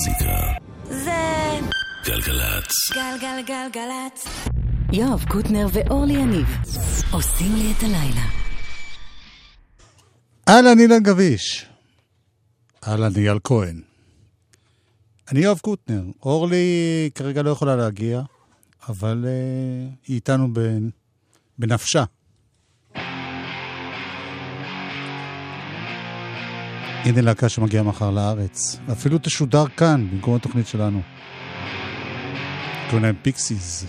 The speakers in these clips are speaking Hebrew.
המוזיקה זה גלגלצ. גלגלגלגלצ. יואב קוטנר ואורלי יניב עושים לי את הלילה. אהלן אילן גביש. אהלן אייל כהן. אני יואב קוטנר. אורלי כרגע לא יכולה להגיע, אבל היא איתנו בנפשה. הנה להקה שמגיעה מחר לארץ. אפילו תשודר כאן, במקום התוכנית שלנו. קוראים להם פיקסיז.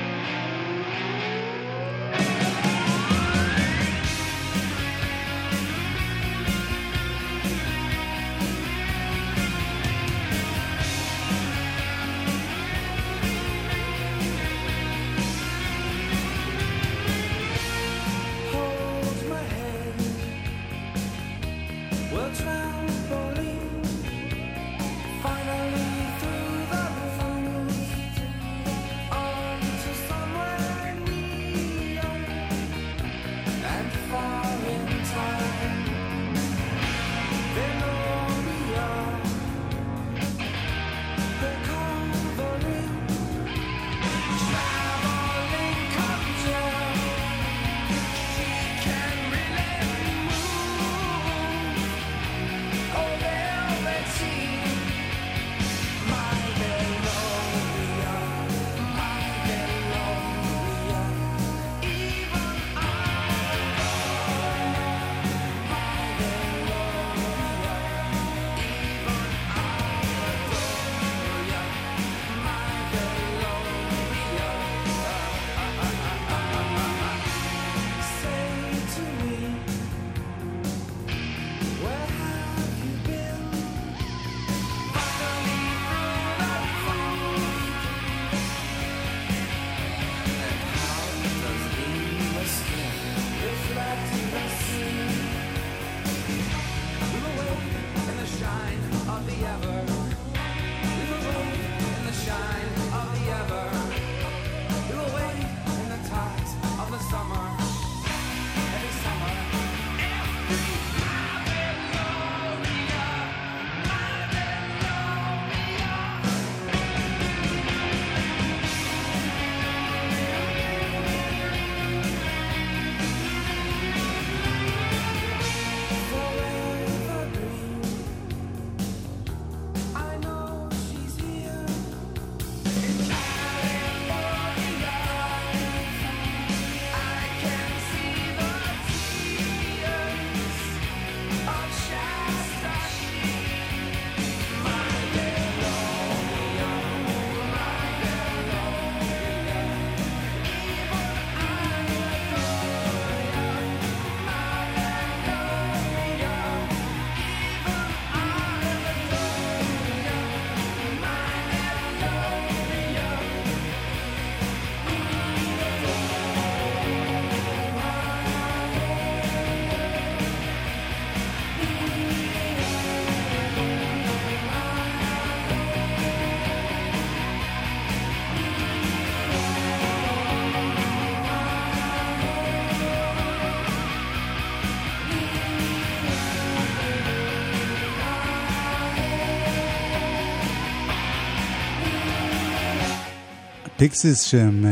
פיקסיס שהם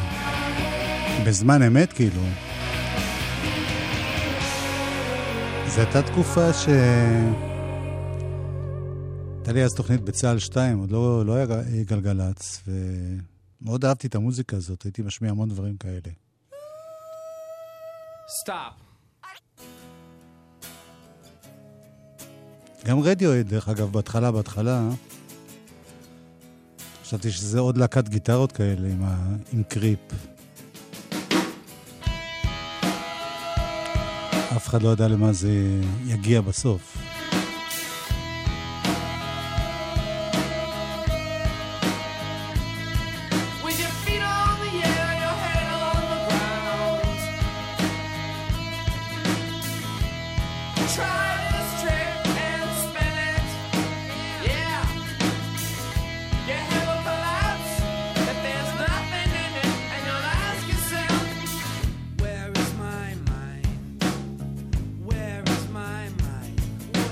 בזמן אמת כאילו. זו הייתה תקופה הייתה לי אז תוכנית בצהל 2, עוד לא היה גלגלץ, ומאוד אהבתי את המוזיקה הזאת, הייתי משמיע המון דברים כאלה. סטאפ. גם רדיואיד, דרך אגב, בהתחלה, חשבתי שזה עוד להקת גיטרות כאלה עם קריפ. אף אחד לא יודע למה זה יגיע בסוף. Where is my mind?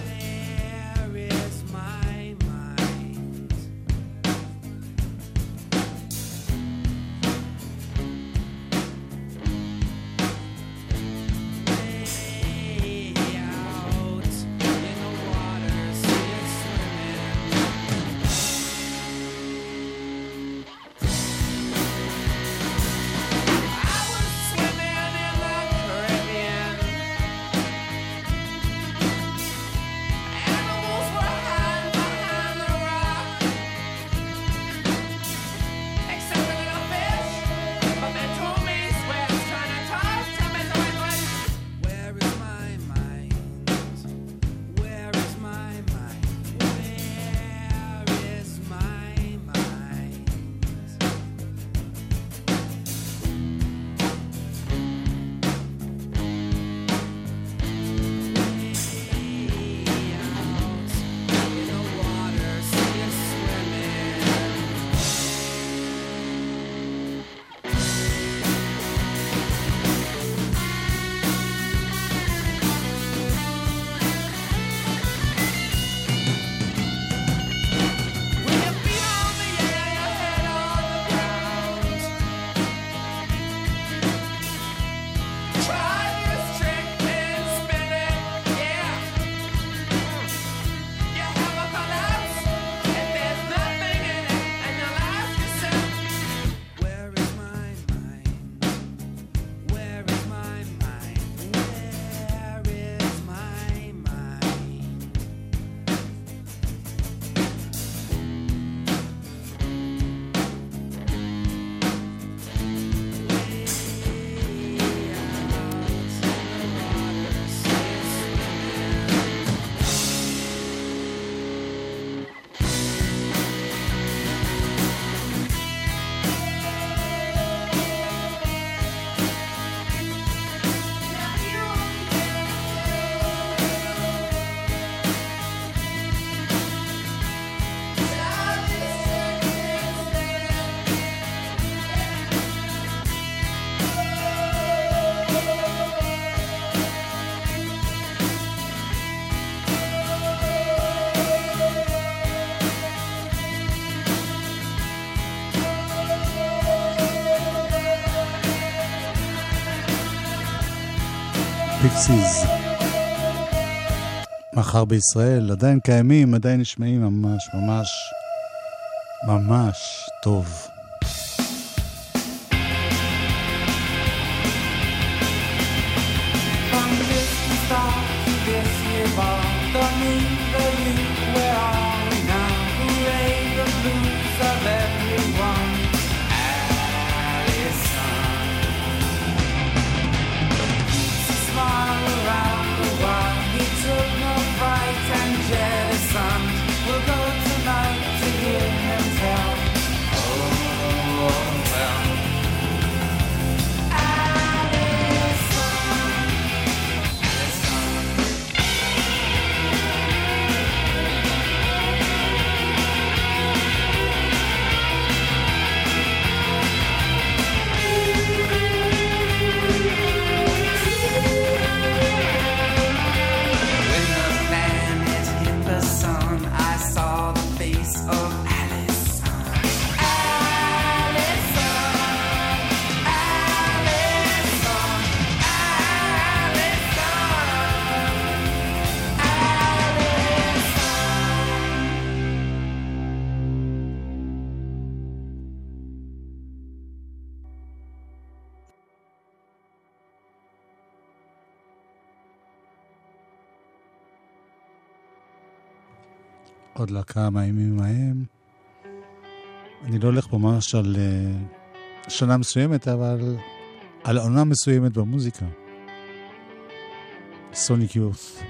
פיקסיז. מחר בישראל עדיין קיימים, עדיין נשמעים ממש ממש ממש טוב. עוד להקה מהימים ההם. אני לא הולך ממש על שנה מסוימת, אבל על עונה מסוימת במוזיקה. סוניק יות'.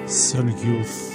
Sonic Youth.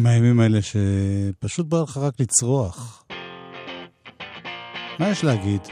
מהימים האלה שפשוט בא לך רק לצרוח. מה יש להגיד?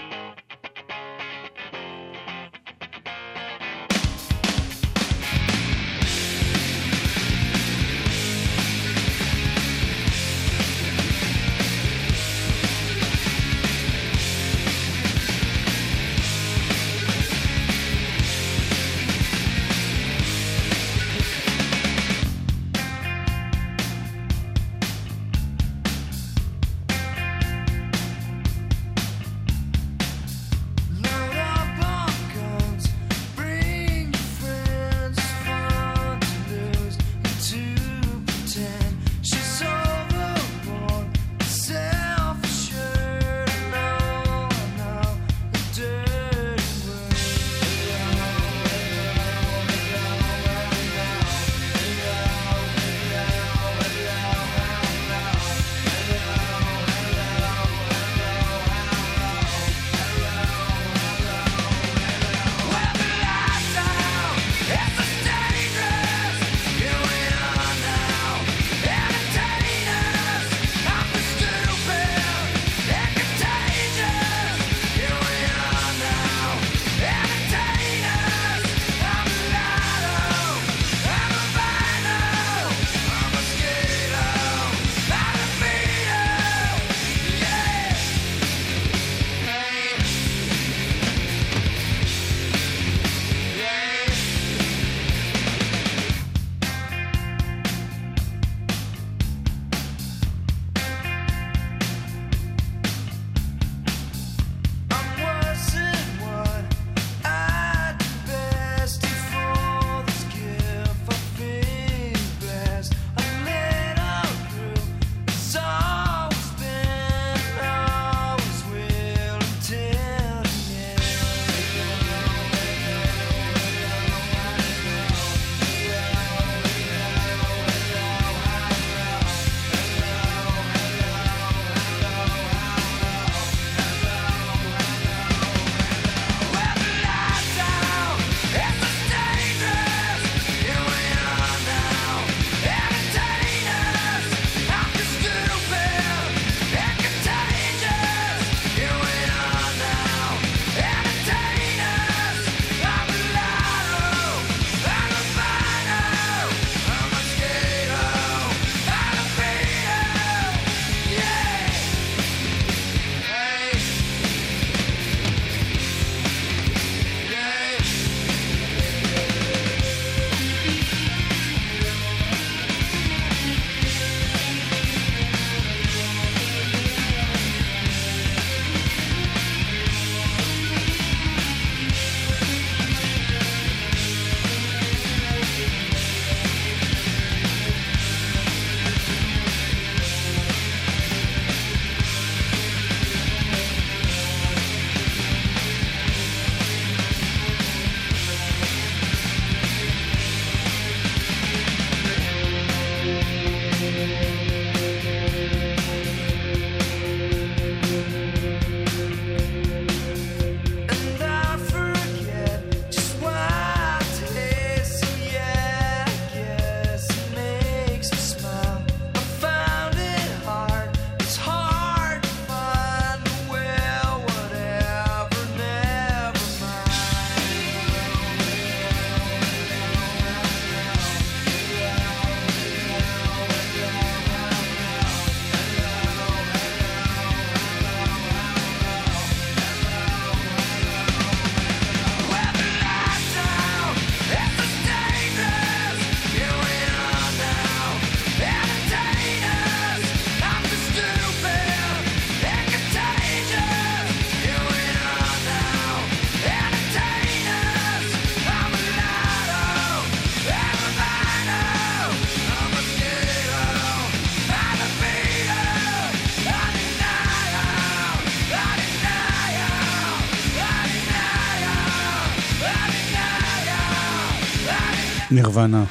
נירוונה.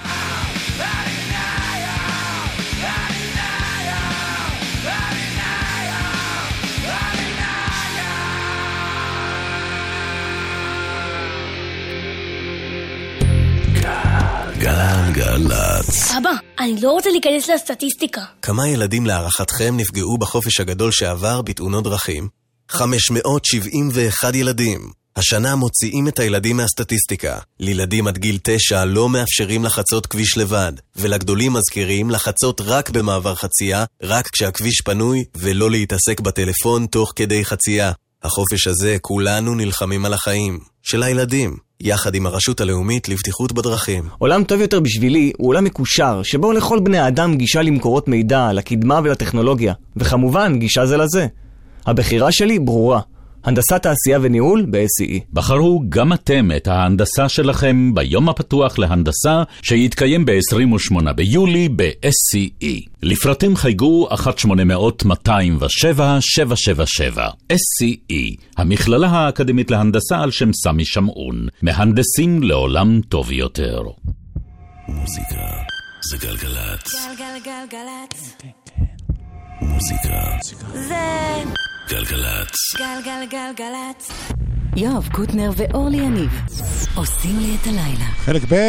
גלגלצ גלגלצ. אבא, אני לא רוצה להיכנס לסטטיסטיקה. כמה ילדים להערכתכם נפגעו בחופש הגדול שעבר בתאונות דרכים? 571 ילדים. השנה מוציאים את הילדים מהסטטיסטיקה. לילדים עד גיל 9 לא מאפשרים לחצות כביש לבד, ולגדולים מזכירים לחצות רק במעבר חצייה, רק כשהכביש פנוי, ולא להתעסק בטלפון תוך כדי חצייה. החופש הזה כולנו נלחמים על החיים של הילדים, יחד עם הרשות הלאומית לבטיחות בדרכים. עולם טוב יותר בשבילי הוא עולם מקושר, שבו לכל בני האדם גישה למקורות מידע, לקדמה ולטכנולוגיה, וכמובן גישה זה לזה. הבחירה שלי ברורה. הנדסת תעשייה וניהול ב-SCE. בחרו גם אתם את ההנדסה שלכם ביום הפתוח להנדסה שיתקיים ב-28 ביולי ב-SCE. לפרטים חייגו 1-800-207-777. SCE, המכללה האקדמית להנדסה על שם סמי שמעון. מהנדסים לעולם טוב יותר. מוזיקה זה גלגלצ. גלגלגלגלצ. מוזיקה זה גלגלצ. גלגלגלגלצ. יואב קוטנר ואורלי יניב עושים לי את הלילה. חלק ב'.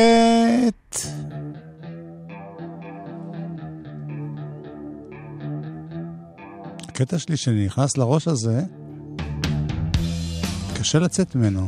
הקטע שלי שנכנס לראש הזה, קשה לצאת ממנו.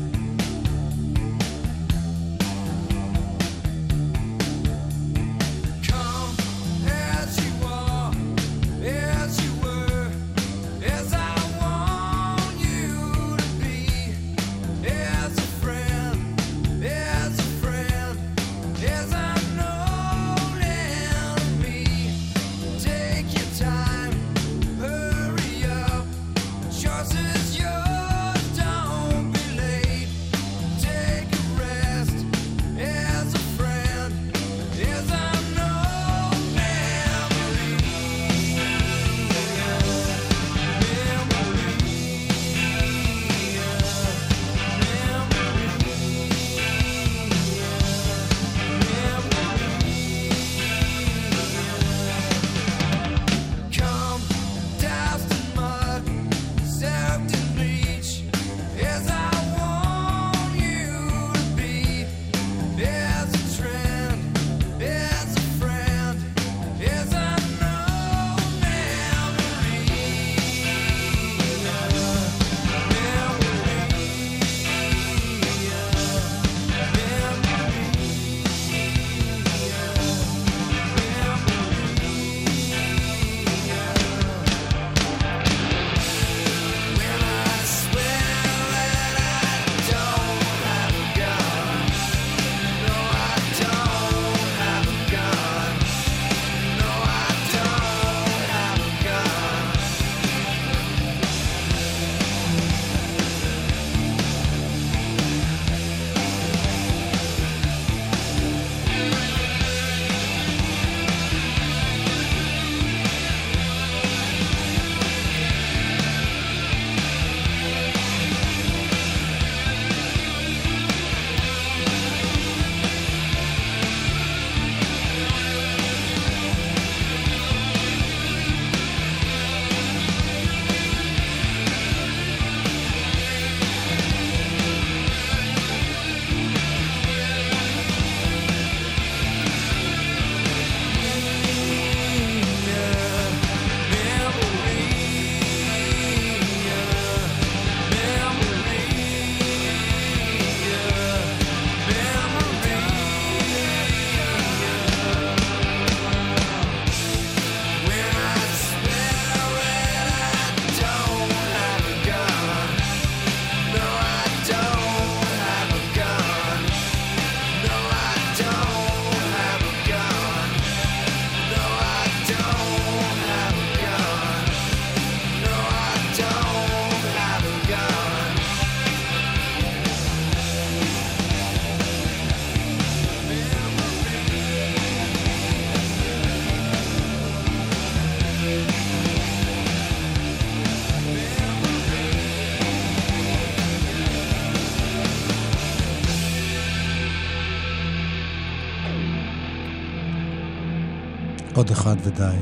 עוד אחד ודי,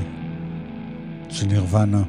של נירוונה.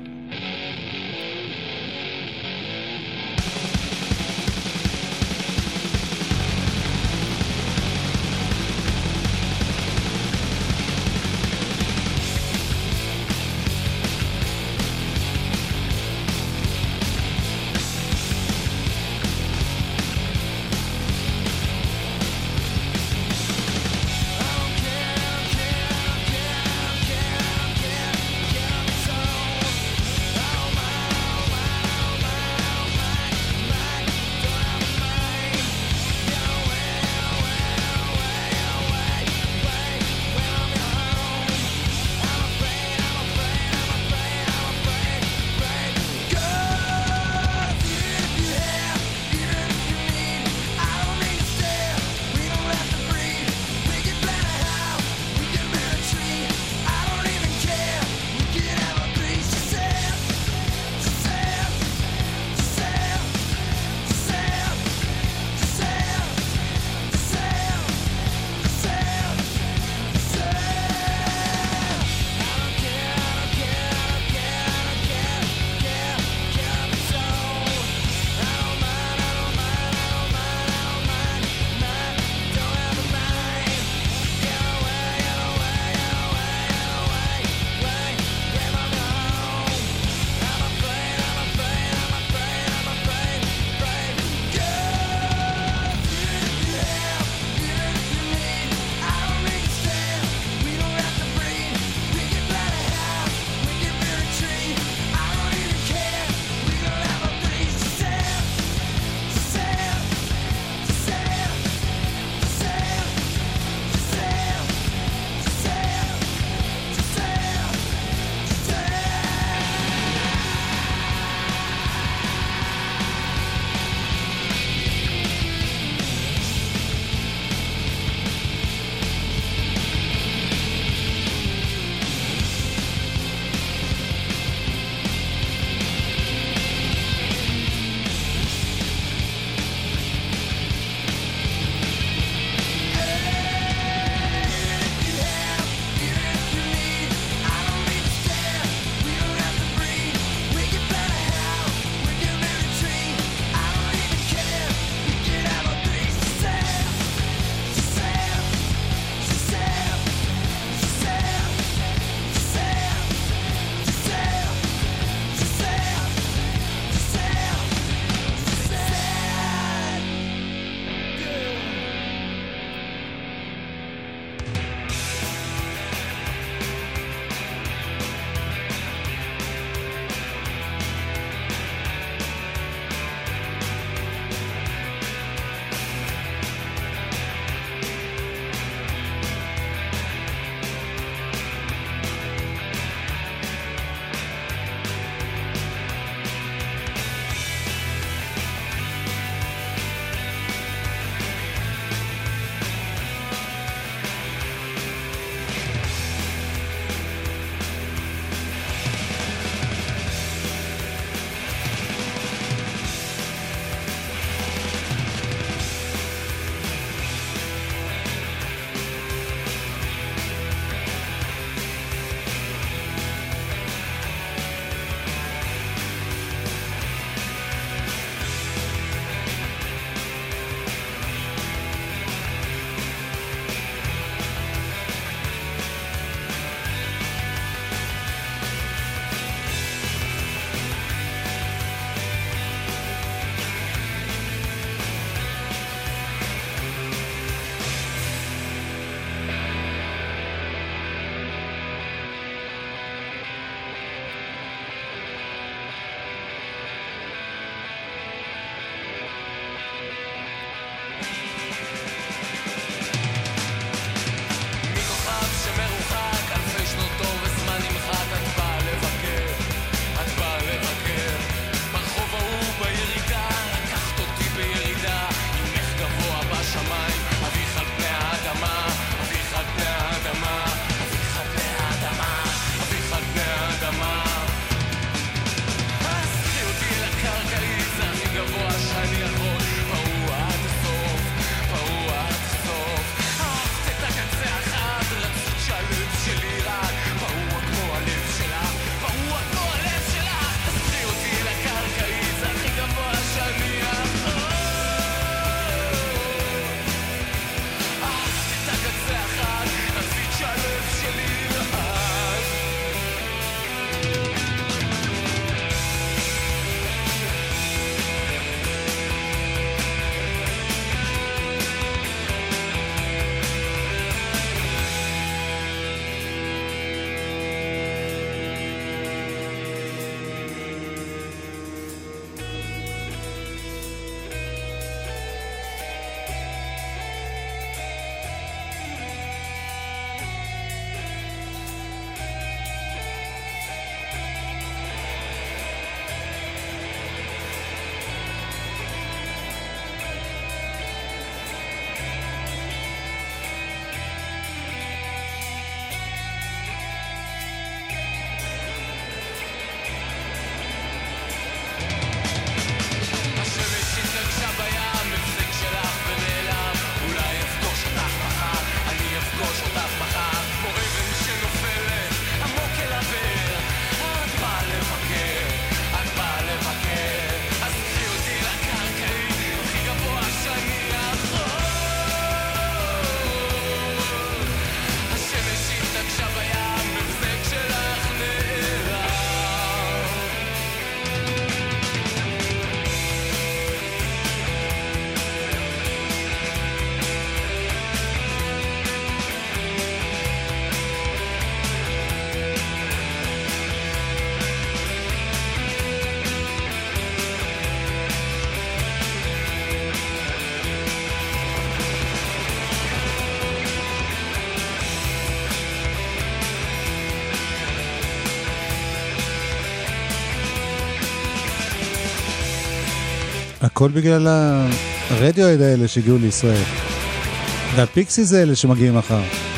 הכל בגלל הרדיואיד האלה שהגיעו לישראל. והפיקסיס האלה שמגיעים מחר.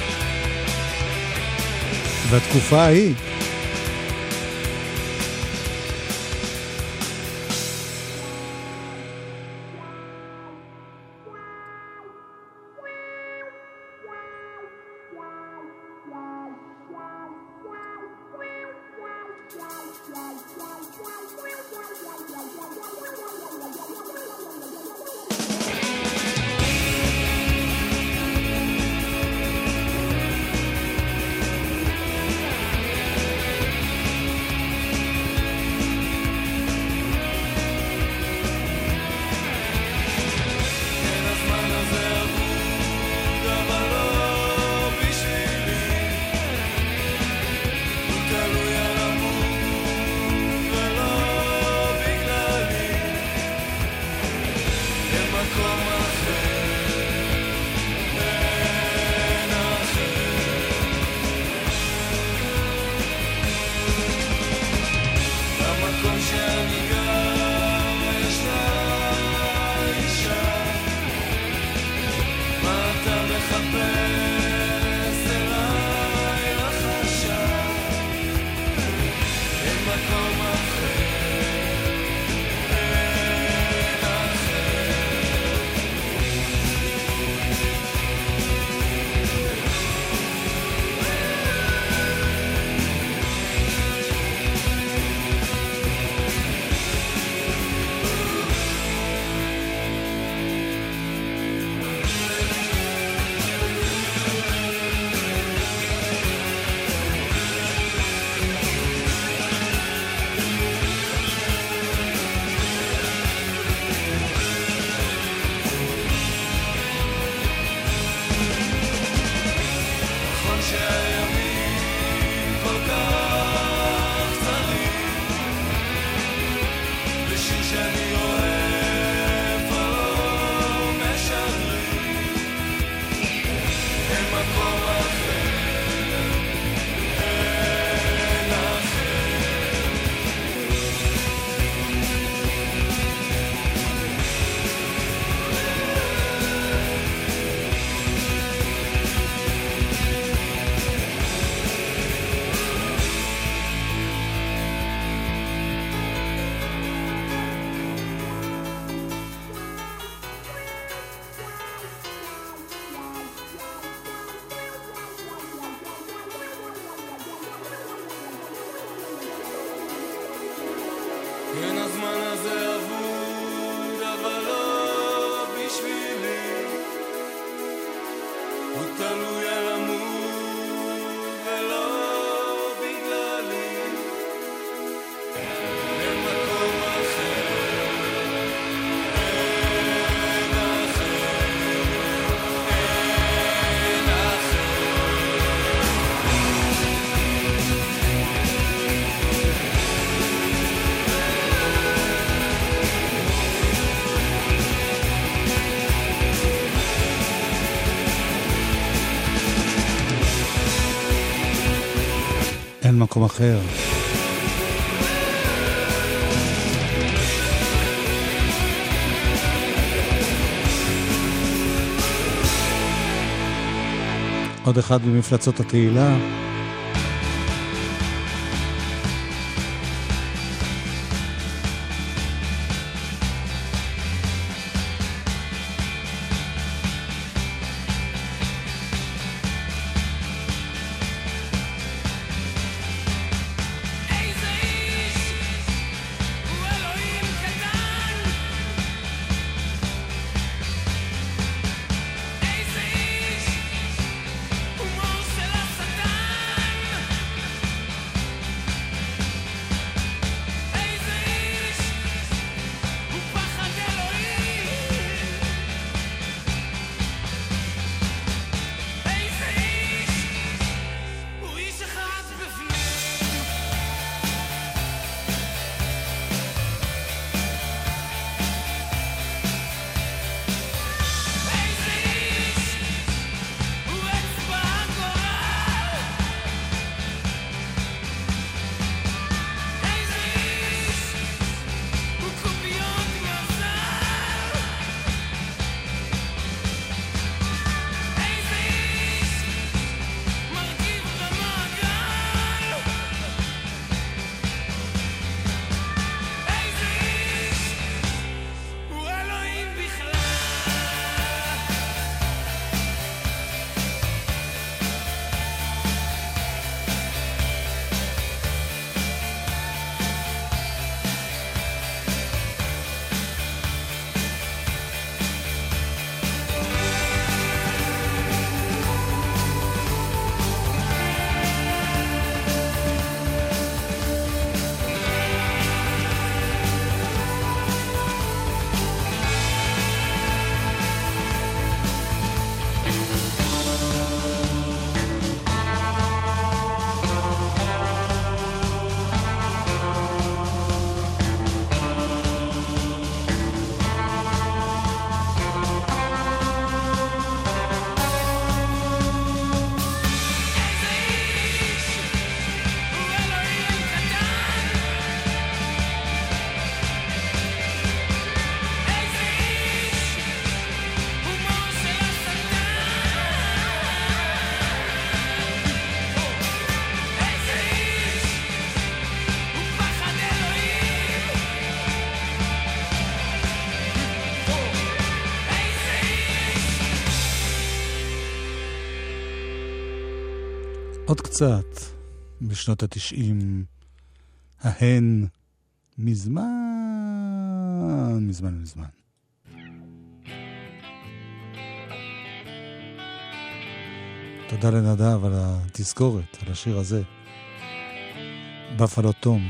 והתקופה ההיא. כן, הזמן הזה אבוד, אבל לא בשבילי. הוא תלוי על עמוד ולא בגללי. אין מקום אחר, אין אחר, אין אחר. אין מקום אחר. עוד אחד במפלצות התהילה. איזה איש, הומור של השטן. עוד קצת בשנות ה-90, ההן מזמן. תודה לנדב על התזכורת, על השיר הזה. בפלו תום.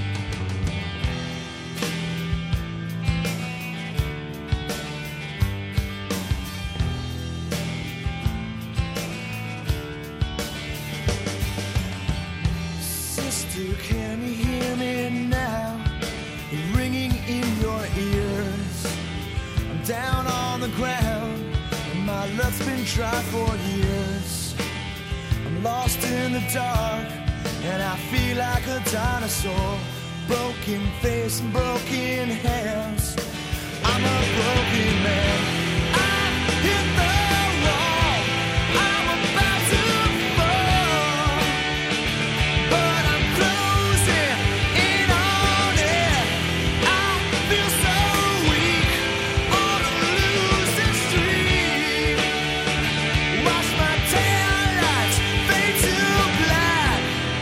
Try for years. I'm lost in the dark, and I feel like a dinosaur. Broken face and broken hands. I'm a broken man. I hit the wall. I'm about to fall, but I'm closing in on it. I feel so weak on a losing streak. Watch my taillights fade to black.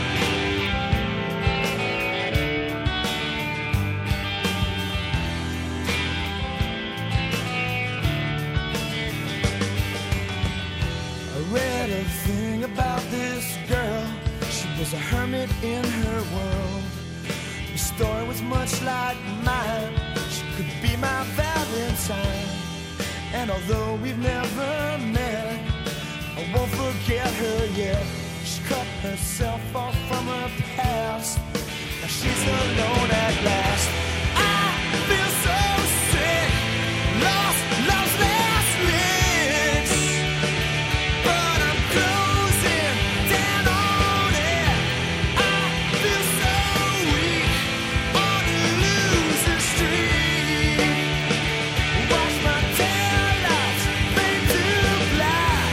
I read a thing about this girl. She was a hermit in her world. Her story was much like mine. She could be my Valentine. And although we've never met, I won't forget her yet. She cut herself off from her past. Now she's alone at last. I feel so sick, lost love's last licks, but I'm closing down on it. I feel so weak on a losing streak. Watch my taillights fade to black.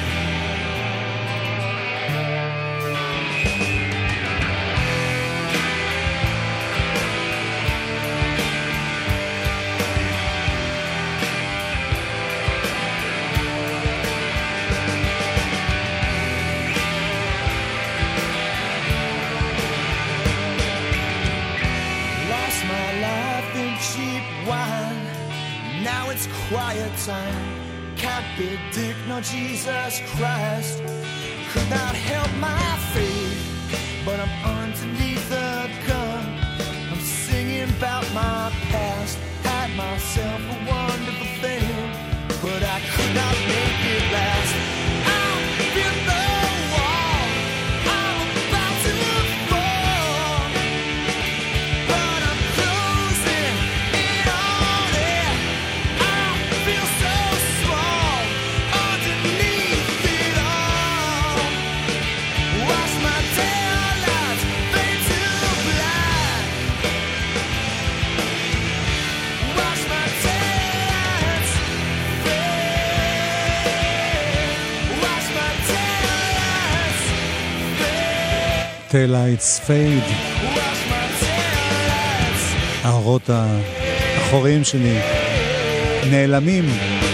Lost my life in cheap wine. Now it's quiet time. Can't predict no Jesus Christ. Could not help my faith, but I'm underneath the gun. I'm singing about my past. Had myself a wonderful thing, but I could not make it last. I'm in the wall. I'm about to fall, but I'm closing in on it. I feel so small underneath it all. Watch my taillights fade to black. Watch my taillights fade. Watch my taillights fade. Taillights Fade. Watch my taillights האורות האחוריים שלי נעלמים.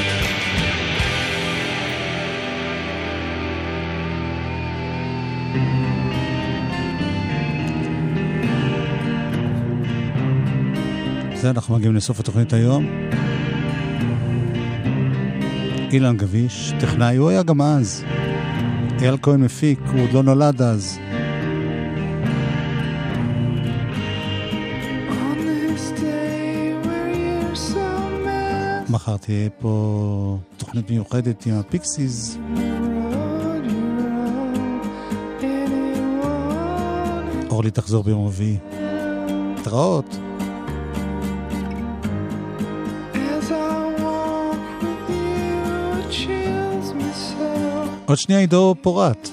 זה אנחנו מגיעים לסוף התוכנית היום. אילן גביש, טכנאי, הוא היה גם אז. אייל כהן מפיק, הוא עוד לא נולד אז. מחר תהיה פה תוכנית מיוחדת עם הפיקסיז. אורלי תחזור ביום רביעי. תראות. עוד שנייה עידו פורט.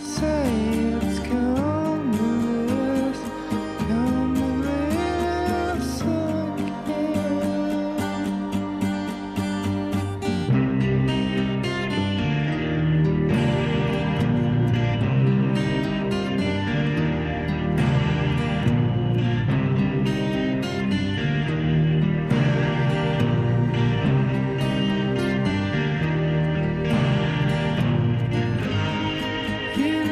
You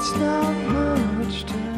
It's not much time.